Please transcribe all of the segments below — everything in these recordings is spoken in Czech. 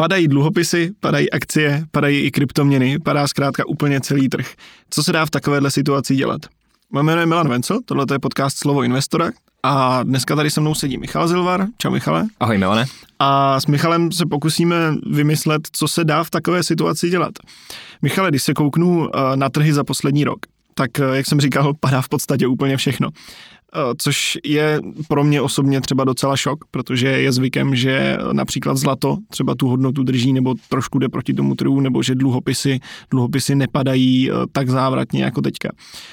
Padají dluhopisy, padají akcie, padají i kryptoměny, padá zkrátka úplně celý trh. Co se dá v takovéhle situaci dělat? Moje jméno je Milan Vencel, tohle je podcast Slovo investora a dneska tady se mnou sedí Michal Zilvar. Čau Michale. Ahoj Milane. A s Michalem se pokusíme vymyslet, co se dá v takové situaci dělat. Michale, když se kouknu na trhy za poslední rok, tak jak jsem říkal, padá v podstatě úplně všechno. Což je pro mě osobně třeba docela šok, protože je zvykem, že například zlato třeba tu hodnotu drží nebo trošku jde proti tomu trhu, nebo že dluhopisy nepadají tak závratně jako teďka.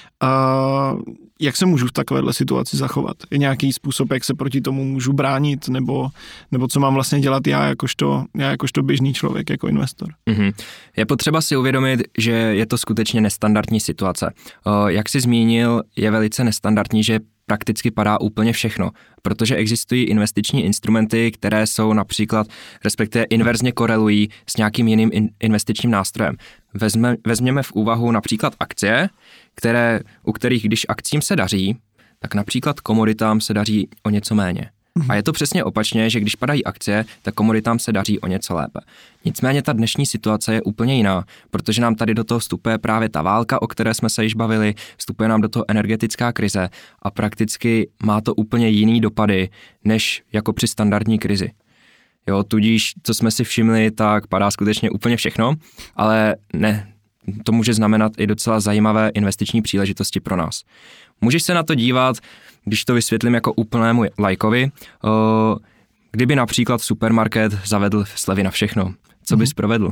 Jak se můžu v takovéhle situaci zachovat? Je nějaký způsob, jak se proti tomu můžu bránit, nebo co mám vlastně dělat já jakožto běžný člověk, jako investor? Je potřeba si uvědomit, že je to skutečně nestandardní situace. Jak jsi zmínil, je velice nestandardní, že prakticky padá úplně všechno, protože existují investiční instrumenty, které jsou například, respektive inverzně korelují s nějakým jiným investičním nástrojem. Vezměme v úvahu například akcie, u kterých, když akcím se daří, tak například komoditám se daří o něco méně. A je to přesně opačně, že když padají akcie, tak komoditám se daří o něco lépe. Nicméně ta dnešní situace je úplně jiná, protože nám tady do toho vstupuje právě ta válka, o které jsme se již bavili, vstupuje nám do toho energetická krize a prakticky má to úplně jiný dopady, než jako při standardní krizi. Jo, tudíž, co jsme si všimli, tak padá skutečně úplně všechno, ale ne, to může znamenat i docela zajímavé investiční příležitosti pro nás. Můžeš se na to dívat, když to vysvětlím jako úplnému lajkovi, kdyby například supermarket zavedl slevy na všechno. Co bys provedl?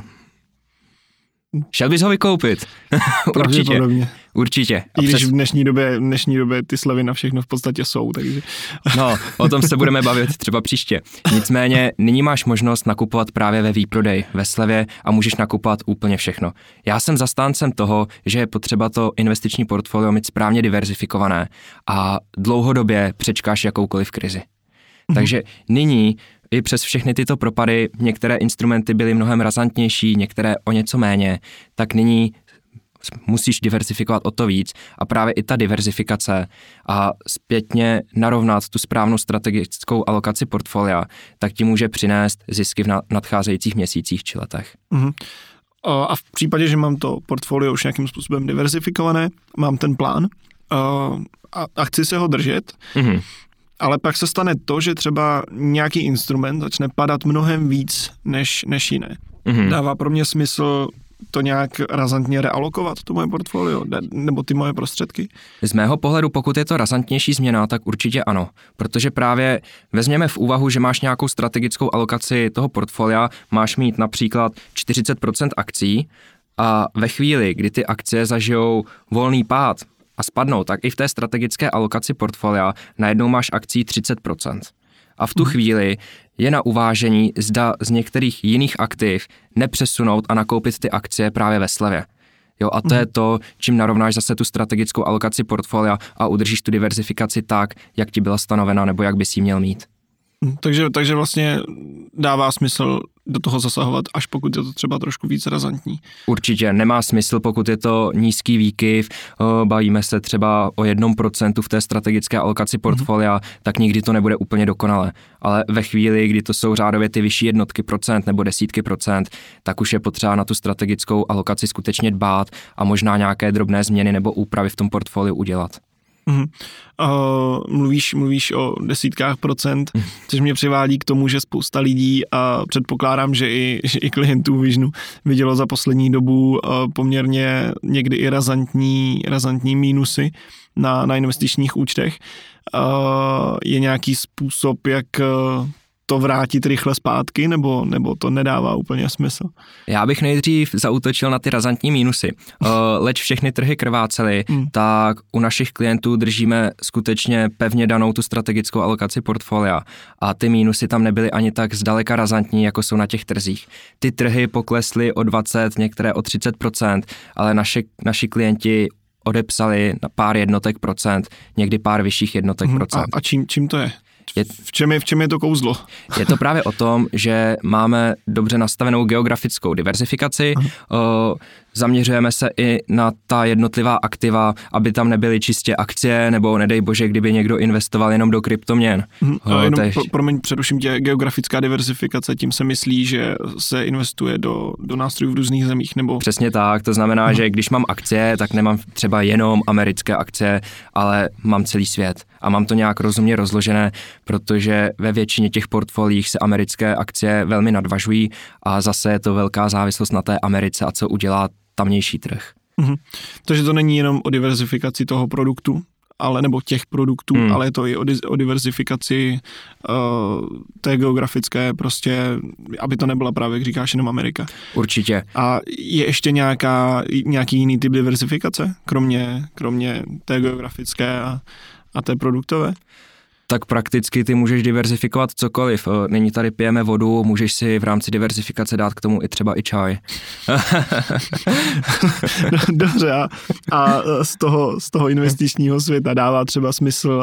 Šel bys ho vykoupit? Určitě. I když v dnešní době ty slevy na všechno v podstatě jsou, takže... No, o tom se budeme bavit třeba příště. Nicméně nyní máš možnost nakupovat právě ve výprodeji, ve slevě a můžeš nakupovat úplně všechno. Já jsem zastáncem toho, že je potřeba to investiční portfolio mít správně diverzifikované a dlouhodobě přečkáš jakoukoliv krizi. Takže nyní i přes všechny tyto propady některé instrumenty byly mnohem razantnější, některé o něco méně, tak nyní musíš diversifikovat o to víc a právě i ta diversifikace a zpětně narovnat tu správnou strategickou alokaci portfolia, tak ti může přinést zisky v nadcházejících měsících či letech. A v případě, že mám to portfolio už nějakým způsobem diversifikované, mám ten plán a chci se ho držet, ale pak se stane to, že třeba nějaký instrument začne padat mnohem víc než jiné. Dává pro mě smysl to nějak razantně realokovat, to moje portfolio, nebo ty moje prostředky? Z mého pohledu, pokud je to razantnější změna, tak určitě ano, protože právě vezměme v úvahu, že máš nějakou strategickou alokaci toho portfolia, máš mít například 40% akcí a ve chvíli, kdy ty akcie zažijou volný pád a spadnou, tak i v té strategické alokaci portfolia najednou máš akcí 30%. A v tu chvíli je na uvážení, zda z některých jiných aktiv nepřesunout a nakoupit ty akcie právě ve slevě. Jo, a to je to, čím narovnáš zase tu strategickou alokaci portfolia a udržíš tu diverzifikaci tak, jak ti byla stanovena nebo jak bys ji měl mít. Takže vlastně dává smysl do toho zasahovat, až pokud je to třeba trošku víc razantní. Určitě nemá smysl, pokud je to nízký výkyv, bavíme se třeba o 1% v té strategické alokaci portfolia, tak nikdy to nebude úplně dokonalé. Ale ve chvíli, kdy to jsou řádově ty vyšší jednotky procent nebo desítky procent, tak už je potřeba na tu strategickou alokaci skutečně dbát a možná nějaké drobné změny nebo úpravy v tom portfoliu udělat. Mluvíš o desítkách procent, což mě přivádí k tomu, že spousta lidí a předpokládám, že i klientů Visionu vidělo za poslední dobu poměrně někdy i razantní mínusy na investičních účtech. Je nějaký způsob, jak to vrátit rychle zpátky, nebo to nedává úplně smysl? Já bych nejdřív zaútočil na ty razantní mínusy. Leč všechny trhy krvácely, tak u našich klientů držíme skutečně pevně danou tu strategickou alokaci portfolia a ty mínusy tam nebyly ani tak zdaleka razantní, jako jsou na těch trzích. Ty trhy poklesly o 20, některé o 30%, ale naši klienti odepsali na pár jednotek procent, někdy pár vyšších jednotek procent. A čím to je? V čem je to kouzlo? Je to právě o tom, že máme dobře nastavenou geografickou diverzifikaci. zaměřujeme se i na ta jednotlivá aktiva, aby tam nebyly čistě akcie, nebo nedej bože, kdyby někdo investoval jenom do kryptoměn. Promiň, přeruším tě, geografická diverzifikace, tím se myslí, že se investuje do nástrojů v různých zemích, nebo... Přesně tak, to znamená, že když mám akcie, tak nemám třeba jenom americké akcie, ale mám celý svět a mám to nějak rozumně rozložené, protože ve většině těch portfoliích se americké akcie velmi nadvažují a zase je to velká závislost na té Americe a co udělá tamnější trh. Takže to není jenom o diverzifikaci toho produktu, nebo těch produktů, ale je to i o diverzifikaci té geografické, prostě, aby to nebyla právě, jak říkáš, jenom Amerika. Určitě. A je ještě nějaký jiný typ diverzifikace, kromě té geografické a té produktové? Tak prakticky ty můžeš diverzifikovat cokoliv. Nyní tady pijeme vodu, můžeš si v rámci diverzifikace dát k tomu i třeba i čaj. Dobře, a z toho investičního světa dává třeba smysl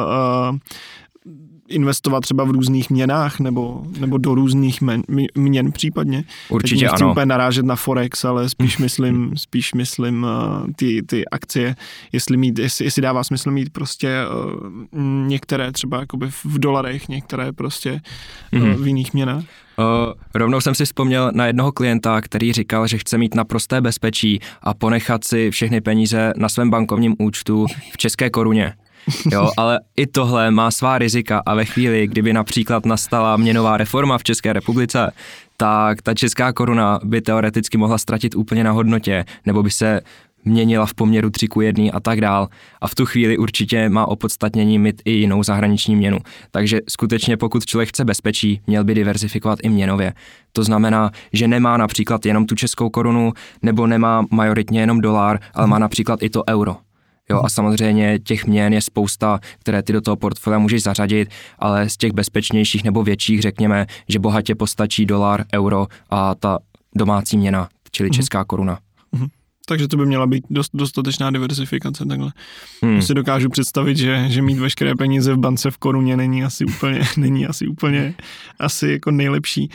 investovat třeba v různých měnách nebo do různých měn případně. Určitě nechci ano. úplně narážet na Forex, ale spíš myslím ty akcie, jestli dává smysl mít prostě některé třeba jakoby v dolarech, některé prostě v jiných měnách. Rovnou jsem si vzpomněl na jednoho klienta, který říkal, že chce mít naprosté bezpečí a ponechat si všechny peníze na svém bankovním účtu v české koruně. Jo, ale i tohle má svá rizika a ve chvíli, kdyby například nastala měnová reforma v České republice, tak ta česká koruna by teoreticky mohla ztratit úplně na hodnotě, nebo by se měnila v poměru 3:1 a tak dál. A v tu chvíli určitě má opodstatnění mít i jinou zahraniční měnu. Takže skutečně pokud člověk chce bezpečí, měl by diverzifikovat i měnově. To znamená, že nemá například jenom tu českou korunu, nebo nemá majoritně jenom dolar, ale má například i to euro. Jo, a samozřejmě těch měn je spousta, které ty do toho portfolia můžeš zařadit, ale z těch bezpečnějších nebo větších řekněme, že bohatě postačí dolar, euro a ta domácí měna, čili česká koruna. Takže to by měla být dostatečná diverzifikace takhle. Si dokážu představit, že mít veškeré peníze v bance v koruně není asi úplně jako nejlepší.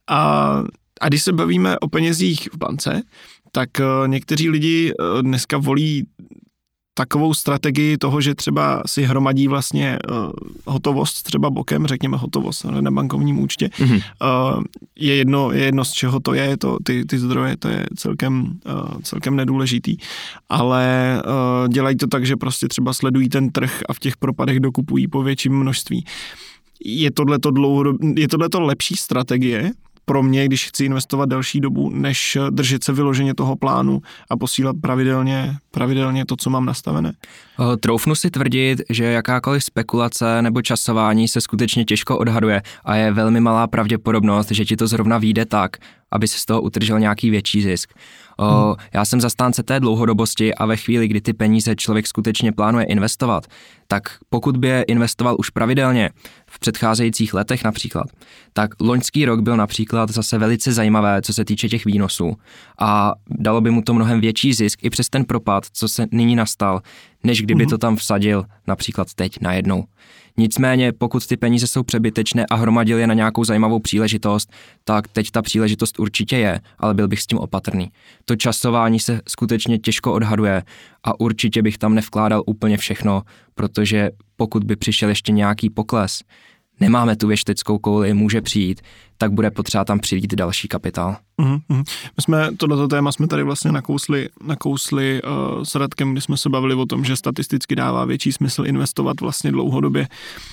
A když se bavíme o penězích v bance, tak někteří lidi dneska volí takovou strategii toho, že třeba si hromadí vlastně hotovost třeba bokem, řekněme hotovost na bankovním účtě. Je jedno, z čeho to je, ty zdroje, to je celkem nedůležitý, ale dělají to tak, že prostě třeba sledují ten trh a v těch propadech dokupují po větším množství. Je tohleto lepší strategie pro mě, když chci investovat delší dobu, než držet se vyloženě toho plánu a posílat pravidelně to, co mám nastavené? Troufnu si tvrdit, že jakákoliv spekulace nebo časování se skutečně těžko odhaduje a je velmi malá pravděpodobnost, že ti to zrovna vyjde tak, aby si z toho utržil nějaký větší zisk. Já jsem zastánce té dlouhodobosti a ve chvíli, kdy ty peníze člověk skutečně plánuje investovat, tak pokud by je investoval už pravidelně v předcházejících letech například, tak loňský rok byl například zase velice zajímavé, co se týče těch výnosů a dalo by mu to mnohem větší zisk i přes ten propad, co se nyní nastal, než kdyby to tam vsadil například teď najednou. Nicméně, pokud ty peníze jsou přebytečné a hromadil je na nějakou zajímavou příležitost, tak teď ta příležitost určitě je, ale byl bych s tím opatrný. To časování se skutečně těžko odhaduje a určitě bych tam nevkládal úplně všechno, protože pokud by přišel ještě nějaký pokles, nemáme tu věšteckou kouli, může přijít, tak bude potřeba tam přilít další kapitál. Tohleto téma jsme tady vlastně nakousli s Radkem, kdy jsme se bavili o tom, že statisticky dává větší smysl investovat vlastně dlouhodobě,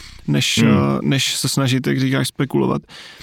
než se snažit, jak říkáš, spekulovat.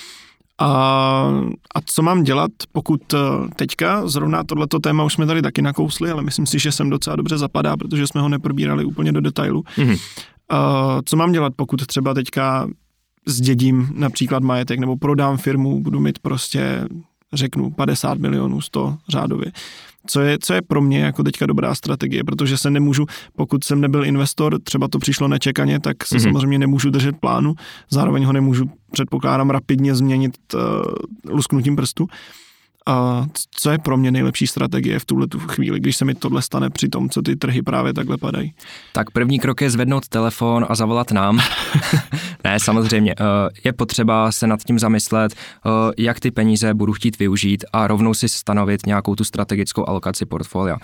A co mám dělat, pokud teďka, zrovna tohleto téma už jsme tady taky nakousli, ale myslím si, že sem docela dobře zapadá, protože jsme ho neprobírali úplně do detailu. Co mám dělat, pokud třeba teďka zdědím například majetek nebo prodám firmu, budu mít prostě, řeknu, 50 milionů, 100 řádově. Co je pro mě jako teďka dobrá strategie, protože se nemůžu, pokud jsem nebyl investor, třeba to přišlo nečekaně, tak se samozřejmě nemůžu držet plánu, zároveň ho nemůžu, předpokládám, rapidně změnit lusknutím prstu. A co je pro mě nejlepší strategie v tuhletu chvíli, když se mi tohle stane při tom, co ty trhy právě takhle padají? Tak první krok je zvednout telefon a zavolat nám. Ne, samozřejmě. Je potřeba se nad tím zamyslet, jak ty peníze budu chtít využít a rovnou si stanovit nějakou tu strategickou alokaci portfolia.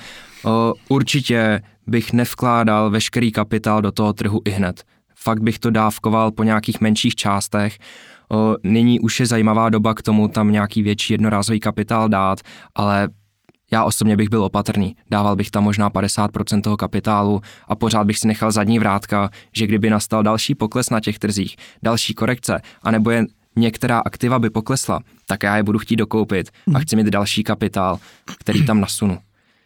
Určitě bych nevkládal veškerý kapitál do toho trhu ihned. Fakt bych to dávkoval po nějakých menších částech. Nyní už je zajímavá doba k tomu tam nějaký větší jednorázový kapitál dát, ale já osobně bych byl opatrný. Dával bych tam možná 50% toho kapitálu a pořád bych si nechal zadní vrátka, že kdyby nastal další pokles na těch trzích, další korekce, anebo jen některá aktiva by poklesla, tak já je budu chtít dokoupit a chci mít další kapitál, který tam nasunu.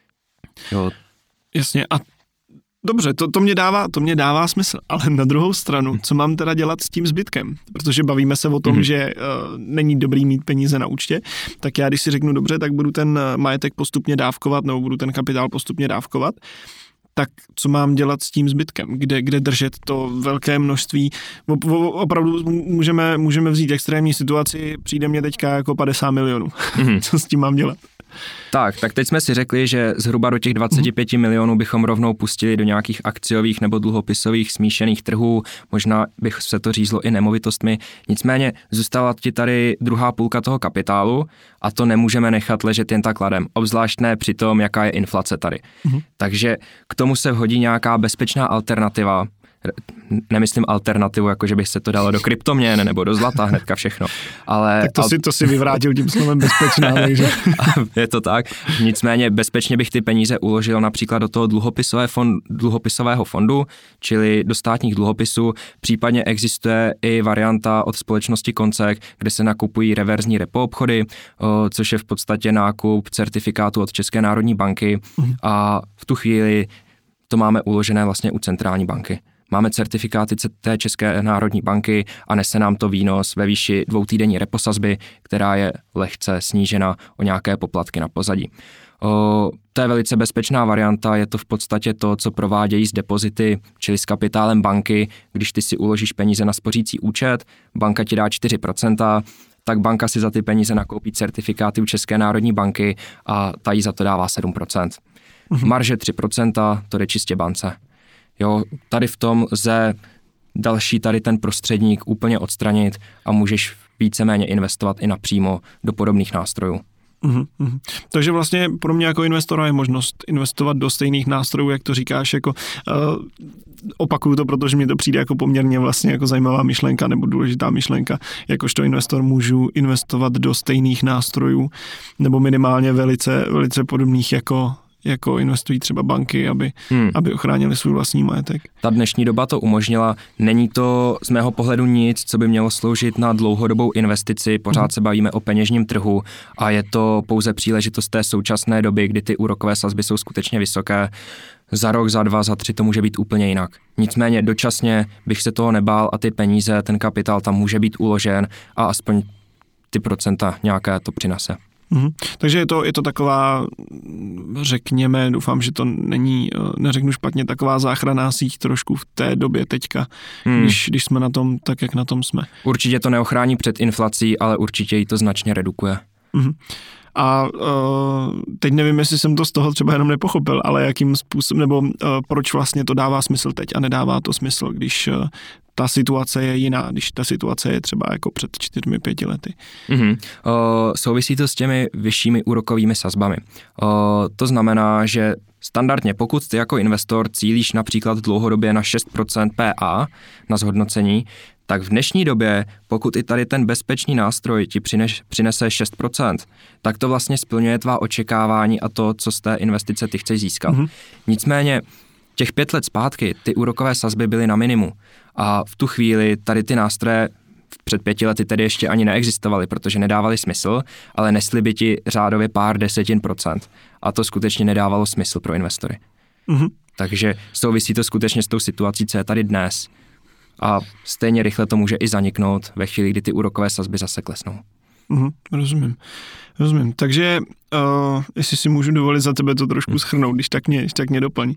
Jo. Jasně, a dobře, to mě dává smysl, ale na druhou stranu, co mám teda dělat s tím zbytkem? Protože bavíme se o tom, že není dobrý mít peníze na účtě, tak já když si řeknu dobře, tak budu ten majetek postupně dávkovat nebo budu ten kapitál postupně dávkovat, tak co mám dělat s tím zbytkem? Kde držet to velké množství? Opravdu můžeme vzít extrémní situaci, přijde mě teďka jako 50 milionů. Co s tím mám dělat? Tak teď jsme si řekli, že zhruba do těch 25 milionů bychom rovnou pustili do nějakých akciových nebo dluhopisových smíšených trhů, možná bych se to řízlo i nemovitostmi, nicméně zůstala ti tady druhá půlka toho kapitálu a to nemůžeme nechat ležet jen tak ladem, obzvlášť ne při tom, jaká je inflace tady. Takže k tomu se vhodí nějaká bezpečná alternativa. Nemyslím alternativu, jako že by se to dalo do kryptoměn nebo do zlata, hnedka všechno. Ale tak to si vyvrátil tím slovem bezpečná, takže. Je to tak. Nicméně bezpečně bych ty peníze uložil například do toho dluhopisového fondu, čili do státních dluhopisů. Případně existuje i varianta od společnosti Koncek, kde se nakupují reverzní repo obchody, což je v podstatě nákup certifikátu od České národní banky a v tu chvíli to máme uložené vlastně u centrální banky. Máme certifikáty té České národní banky a nese nám to výnos ve výši 2týdenní reposazby, která je lehce snížena o nějaké poplatky na pozadí. To je velice bezpečná varianta, je to v podstatě to, co provádějí s depozity, čili s kapitálem banky. Když ty si uložíš peníze na spořící účet, banka ti dá 4%, tak banka si za ty peníze nakoupí certifikáty u České národní banky a ta jí za to dává 7%. Marže 3%, to jde čistě bance. Jo, tady v tom lze další tady ten prostředník úplně odstranit a můžeš víceméně investovat i napřímo do podobných nástrojů. Takže vlastně pro mě jako investora je možnost investovat do stejných nástrojů, jak to říkáš, jako opakuju to, protože mi to přijde jako poměrně vlastně jako zajímavá myšlenka nebo důležitá myšlenka, jakožto investor můžu investovat do stejných nástrojů nebo minimálně velice, velice podobných jako investují třeba banky, aby ochránili svůj vlastní majetek. Ta dnešní doba to umožnila. Není to z mého pohledu nic, co by mělo sloužit na dlouhodobou investici. Pořád se bavíme o peněžním trhu a je to pouze příležitost té současné doby, kdy ty úrokové sazby jsou skutečně vysoké. Za rok, za 2, za 3 to může být úplně jinak. Nicméně dočasně bych se toho nebál a ty peníze, ten kapitál tam může být uložen a aspoň ty procenta nějaké to přinese. Takže je to taková, řekněme, doufám, že to není, neřeknu špatně, taková záchranná síť trošku v té době teďka, když jsme na tom tak, jak na tom jsme. Určitě to neochrání před inflací, ale určitě ji to značně redukuje. A teď nevím, jestli jsem to z toho třeba jenom nepochopil, ale jakým způsobem, nebo proč vlastně to dává smysl teď a nedává to smysl, když ta situace je jiná, když ta situace je třeba jako před 4-5 lety. Souvisí to s těmi vyššími úrokovými sazbami. To znamená, že standardně, pokud ty jako investor cílíš například dlouhodobě na 6% PA na zhodnocení, tak v dnešní době, pokud i tady ten bezpečný nástroj ti přinese 6%, tak to vlastně splňuje tvá očekávání a to, co z té investice ty chceš získat. Nicméně těch 5 let zpátky ty úrokové sazby byly na minimu a v tu chvíli tady ty nástroje před 5 lety tedy ještě ani neexistovaly, protože nedávaly smysl, ale nesly by ti řádově pár desetin procent a to skutečně nedávalo smysl pro investory. Takže souvisí to skutečně s tou situací, co je tady dnes. A stejně rychle to může i zaniknout ve chvíli, kdy ty úrokové sazby zase klesnou. Rozumím. Takže jestli si můžu dovolit za tebe to trošku shrnout, když tak mě doplň.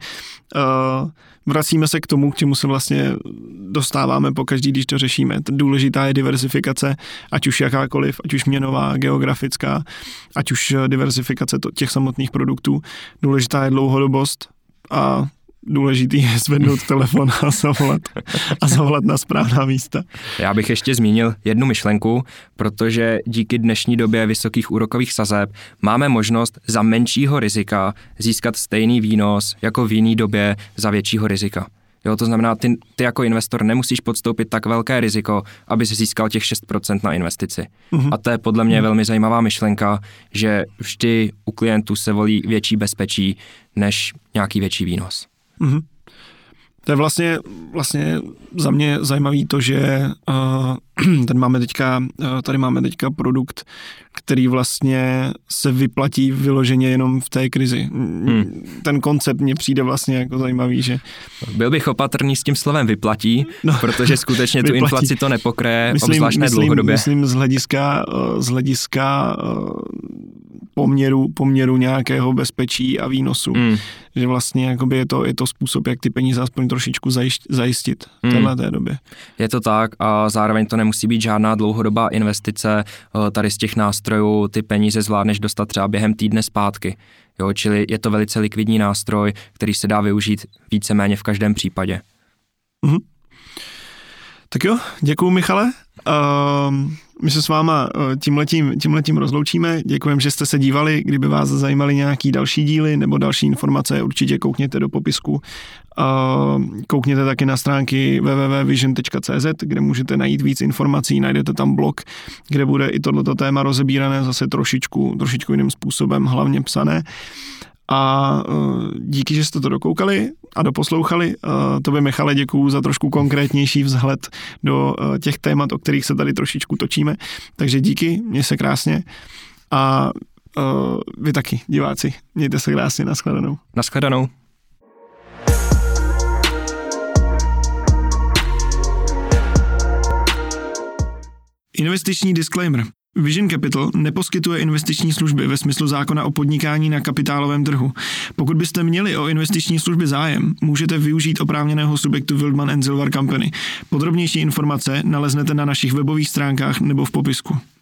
Vracíme se k tomu, k čemu se vlastně dostáváme pokaždý, když to řešíme. Důležitá je diversifikace, ať už jakákoliv, ať už měnová, geografická, ať už diversifikace těch samotných produktů. Důležitá je dlouhodobost a důležitý je zvednout telefon a zavolat na správná místa. Já bych ještě zmínil jednu myšlenku, protože díky dnešní době vysokých úrokových sazeb máme možnost za menšího rizika získat stejný výnos jako v jiný době za většího rizika. Jo, to znamená, ty jako investor nemusíš podstoupit tak velké riziko, aby si získal těch 6% na investici. A to je podle mě velmi zajímavá myšlenka, že vždy u klientů se volí větší bezpečí než nějaký větší výnos. To je vlastně za mě zajímavý to, že tady máme teďka produkt, který vlastně se vyplatí vyloženě jenom v té krizi. Ten koncept mně přijde vlastně jako zajímavý, že... Byl bych opatrný s tím slovem vyplatí, protože skutečně tu inflaci to nepokryje, obzvlášť dlouhodobě. Myslím z hlediska poměru nějakého bezpečí a výnosu. Že vlastně jakoby je to způsob, jak ty peníze aspoň trošičku zajistit v této době. Je to tak a zároveň to nemusí být žádná dlouhodobá investice. Tady z těch nástrojů ty peníze zvládneš dostat třeba během týdne zpátky. Jo, čili je to velice likvidní nástroj, který se dá využít víceméně v každém případě. Tak jo, děkuju Michale. My se s váma tímhletím rozloučíme. Děkujeme, že jste se dívali. Kdyby vás zajímaly nějaký další díly nebo další informace, určitě koukněte do popisku. Koukněte taky na stránky www.vision.cz, kde můžete najít víc informací. Najdete tam blog, kde bude i tohleto téma rozebírané zase trošičku jiným způsobem, hlavně psané. A díky, že jste to dokoukali a doposlouchali. Tobě, Michale, děkuju za trošku konkrétnější vzhled do těch témat, o kterých se tady trošičku točíme. Takže díky, měj se krásně a vy taky, diváci, mějte se krásně, nashledanou. Nashledanou. Investiční disclaimer. Vision Capital neposkytuje investiční služby ve smyslu zákona o podnikání na kapitálovém trhu. Pokud byste měli o investiční služby zájem, můžete využít oprávněného subjektu Wildman & Silver Company. Podrobnější informace naleznete na našich webových stránkách nebo v popisku.